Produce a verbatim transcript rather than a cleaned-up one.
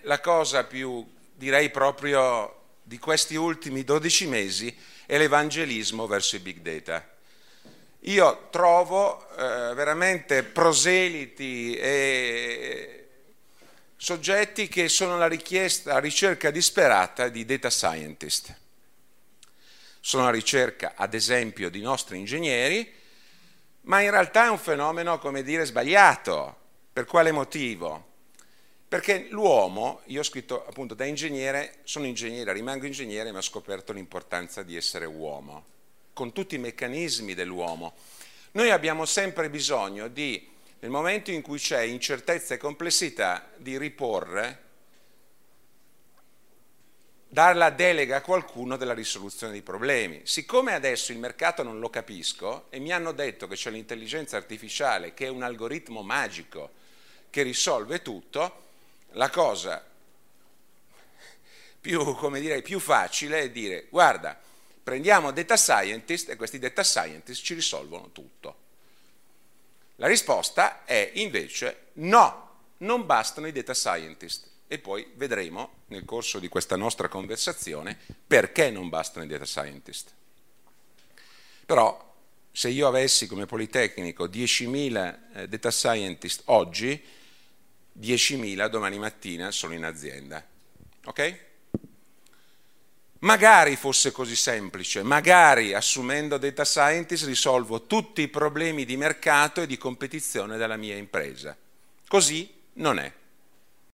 la cosa più, direi proprio, di questi ultimi dodici mesi è l'evangelismo verso i big data. Io trovo eh, veramente proseliti e soggetti che sono alla richiesta, alla ricerca disperata di data scientist. Sono alla ricerca, ad esempio, di nostri ingegneri, ma in realtà è un fenomeno, come dire, sbagliato. Per quale motivo? Perché l'uomo, io ho scritto appunto da ingegnere, sono ingegnere, rimango ingegnere, ma ho scoperto l'importanza di essere uomo, con tutti i meccanismi dell'uomo. Noi abbiamo sempre bisogno di, nel momento in cui c'è incertezza e complessità, di riporre, dare la delega a qualcuno della risoluzione dei problemi. Siccome adesso il mercato non lo capisco e mi hanno detto che c'è l'intelligenza artificiale che è un algoritmo magico che risolve tutto, la cosa più, come dire, più facile è dire: guarda, prendiamo data scientist e questi data scientist ci risolvono tutto. La risposta è invece no, non bastano i data scientist. E poi vedremo nel corso di questa nostra conversazione perché non bastano i data scientist. Però se io avessi come Politecnico diecimila data scientist oggi, diecimila domani mattina sono in azienda. Ok? Magari fosse così semplice, magari assumendo data scientist risolvo tutti i problemi di mercato e di competizione della mia impresa. Così non è.